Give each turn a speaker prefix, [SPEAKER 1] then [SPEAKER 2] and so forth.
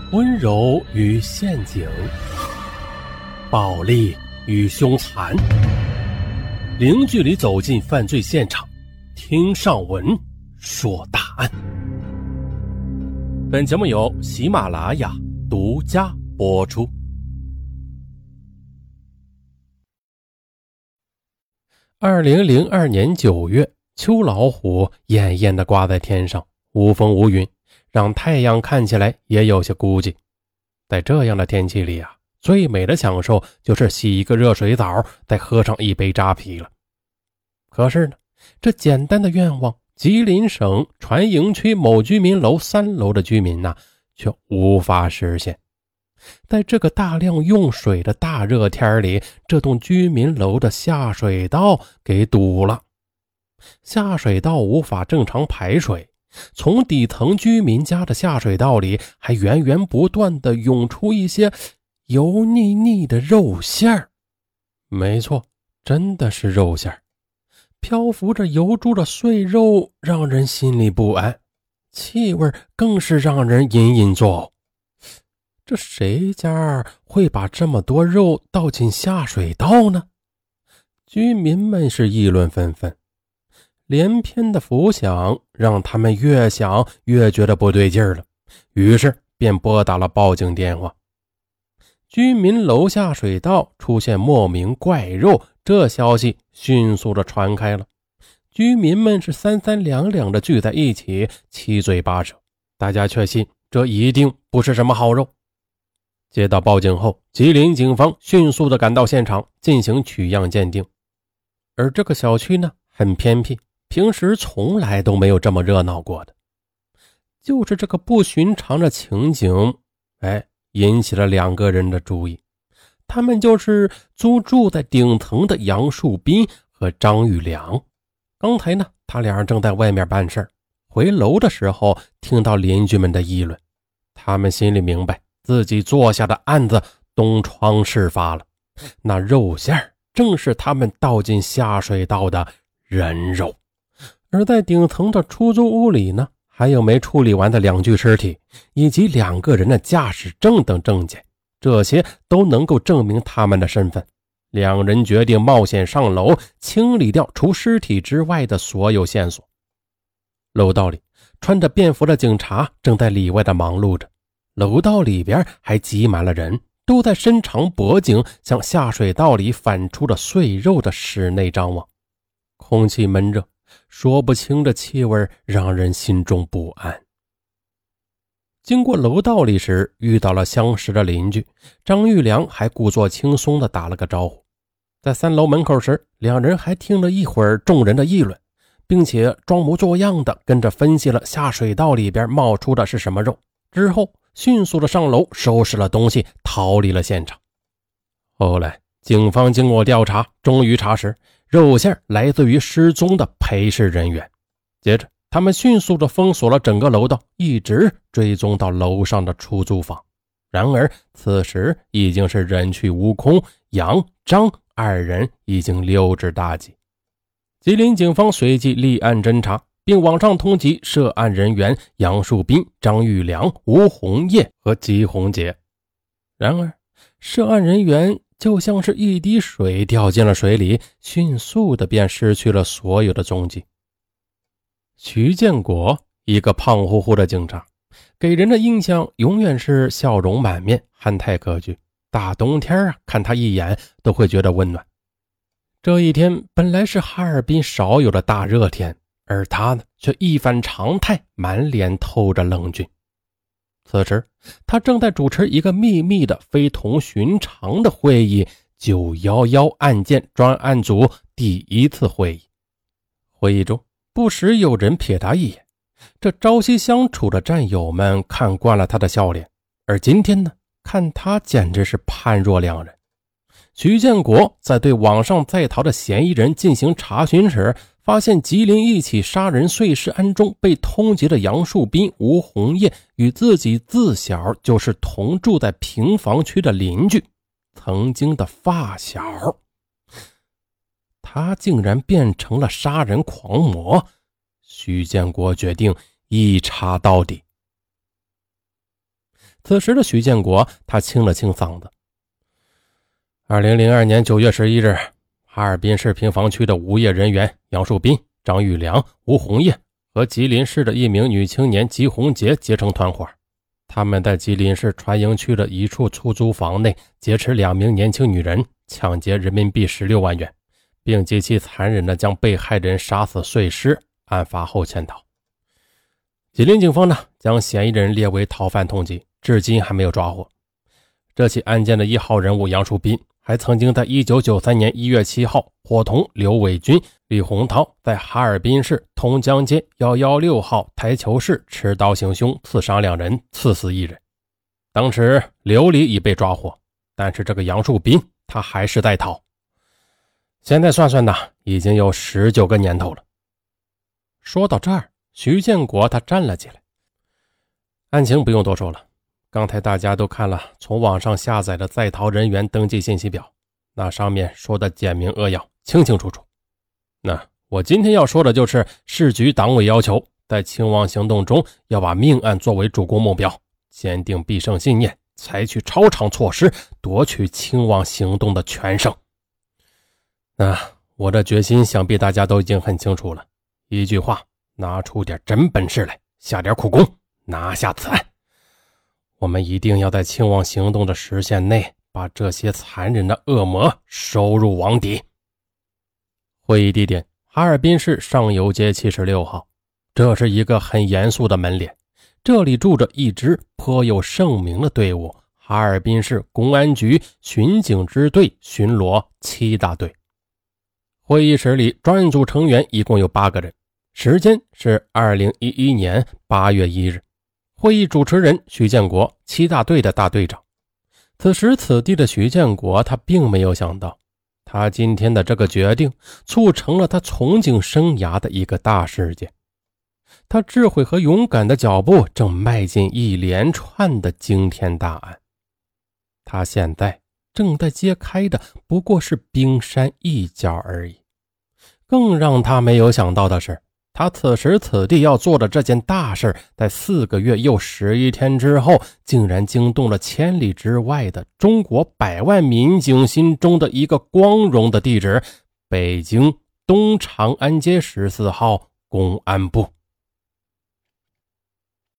[SPEAKER 1] 温柔与陷阱，暴力与凶残，零距离走进犯罪现场，听上文说大案。本节目由喜马拉雅独家播出。2002年9月，秋老虎艳艳地挂在天上，无风无云，让太阳看起来也有些孤寂。在这样的天气里最美的享受就是洗一个热水澡，再喝上一杯扎啤了。可是呢，这简单的愿望，吉林省船营区某居民楼3楼的居民却无法实现。在这个大量用水的大热天里，这栋居民楼的下水道给堵了，下水道无法正常排水，从底层居民家的下水道里还源源不断地涌出一些油腻腻的肉馅儿。没错，真的是肉馅儿，漂浮着油珠的碎肉让人心里不安，气味更是让人隐隐作呕。这谁家会把这么多肉倒进下水道呢？居民们是议论纷纷，连篇的浮想让他们越想越觉得不对劲了，于是便拨打了报警电话。居民楼下水道出现莫名怪肉，这消息迅速的传开了。居民们是三三两两的聚在一起，七嘴八舌，大家确信这一定不是什么好肉。接到报警后，吉林警方迅速的赶到现场进行取样鉴定。而这个小区呢很偏僻，平时从来都没有这么热闹过的。就是这个不寻常的情景引起了2个人的注意，他们就是租住在顶层的杨树斌和张玉良。刚才呢他俩正在外面办事，回楼的时候听到邻居们的议论，他们心里明白自己做下的案子东窗事发了，那肉馅正是他们倒进下水道的人肉。而在顶层的出租屋里呢，还有没处理完的2具尸体，以及2个人的驾驶证等证件，这些都能够证明他们的身份。2人决定冒险上楼，清理掉除尸体之外的所有线索。楼道里，穿着便服的警察正在里外的忙碌着，楼道里边还挤满了人，都在伸长脖颈向下水道里反出的碎肉的室内张望。空气闷热，说不清的气味让人心中不安。经过楼道里时，遇到了相识的邻居张玉良，还故作轻松地打了个招呼。在3楼门口时，2人还听了一会儿众人的议论，并且装模作样的跟着分析了下水道里边冒出的是什么肉，之后迅速的上楼收拾了东西，逃离了现场。后来警方经过调查，终于查实肉馅来自于失踪的陪侍人员。接着他们迅速的封锁了整个楼道，一直追踪到楼上的出租房。然而此时已经是人去屋空，杨张2人已经溜之大吉。吉林警方随即立案侦查，并网上通缉涉案人员杨树斌、张玉良、吴红叶和吉红杰。然而涉案人员就像是一滴水掉进了水里，迅速的便失去了所有的踪迹。徐建国，一个胖乎乎的警察，给人的印象永远是笑容满面，憨态可掬，大冬天看他一眼都会觉得温暖。这一天本来是哈尔滨少有的大热天，而他呢却一反常态，满脸透着冷峻。此时他正在主持一个秘密的非同寻常的会议，911案件专案组第1次会议。会议中不时有人瞥他一眼，这朝夕相处的战友们看惯了他的笑脸，而今天呢，看他简直是判若两人。徐建国在对网上在逃的嫌疑人进行查询时，发现吉林一起杀人碎尸案中被通缉的杨树斌、吴红叶与自己自小就是同住在平房区的邻居，曾经的发小。他竟然变成了杀人狂魔，徐建国决定一查到底。 此时的许建国他清了清嗓子。2002年9月11日，哈尔滨市平房区的无业人员杨树斌、张玉良、吴红叶和吉林市的一名女青年吉红杰结成团伙，他们在吉林市船营区的一处出租房内劫持2名年轻女人，抢劫人民币16万元，并极其残忍地将被害人杀死碎尸，案发后潜逃。吉林警方呢，将嫌疑人列为逃犯通缉，至今还没有抓获。这起案件的1号人物杨树斌还曾经在1993年1月7号伙同刘伟军、李洪涛在哈尔滨市通江街116号台球室持刀行凶，刺伤2人，刺死1人。当时刘李已被抓获，但是这个杨树斌他还是在逃。现在算算呢，已经有19个年头了。说到这儿，徐建国他站了起来。案情不用多说了，刚才大家都看了从网上下载的在逃人员登记信息表，那上面说的简明扼要，清清楚楚。那我今天要说的就是市局党委要求在清望行动中要把命案作为主攻目标，坚定必胜信念，采取超常措施，夺取清望行动的全胜。那我的决心想必大家都已经很清楚了，一句话，拿出点真本事来，下点苦功，拿下此案。我们一定要在清望行动的时限内把这些残忍的恶魔收入网底。会议地点哈尔滨市上游街76号，这是一个很严肃的门脸，这里住着一支颇有盛名的队伍，哈尔滨市公安局巡警支队巡逻7大队。会议室里专案组成员一共有8个人，时间是2011年8月1日。会议主持人徐建国，7大队的大队长。此时此地的徐建国他并没有想到，他今天的这个决定促成了他从警生涯的一个大事件。他智慧和勇敢的脚步正迈进一连串的惊天大案。他现在正在揭开的不过是冰山一角而已。更让他没有想到的是，他此时此地要做的这件大事，在4个月又11天之后，竟然惊动了千里之外的中国100万民警心中的一个光荣的地址——北京东长安街14号公安部。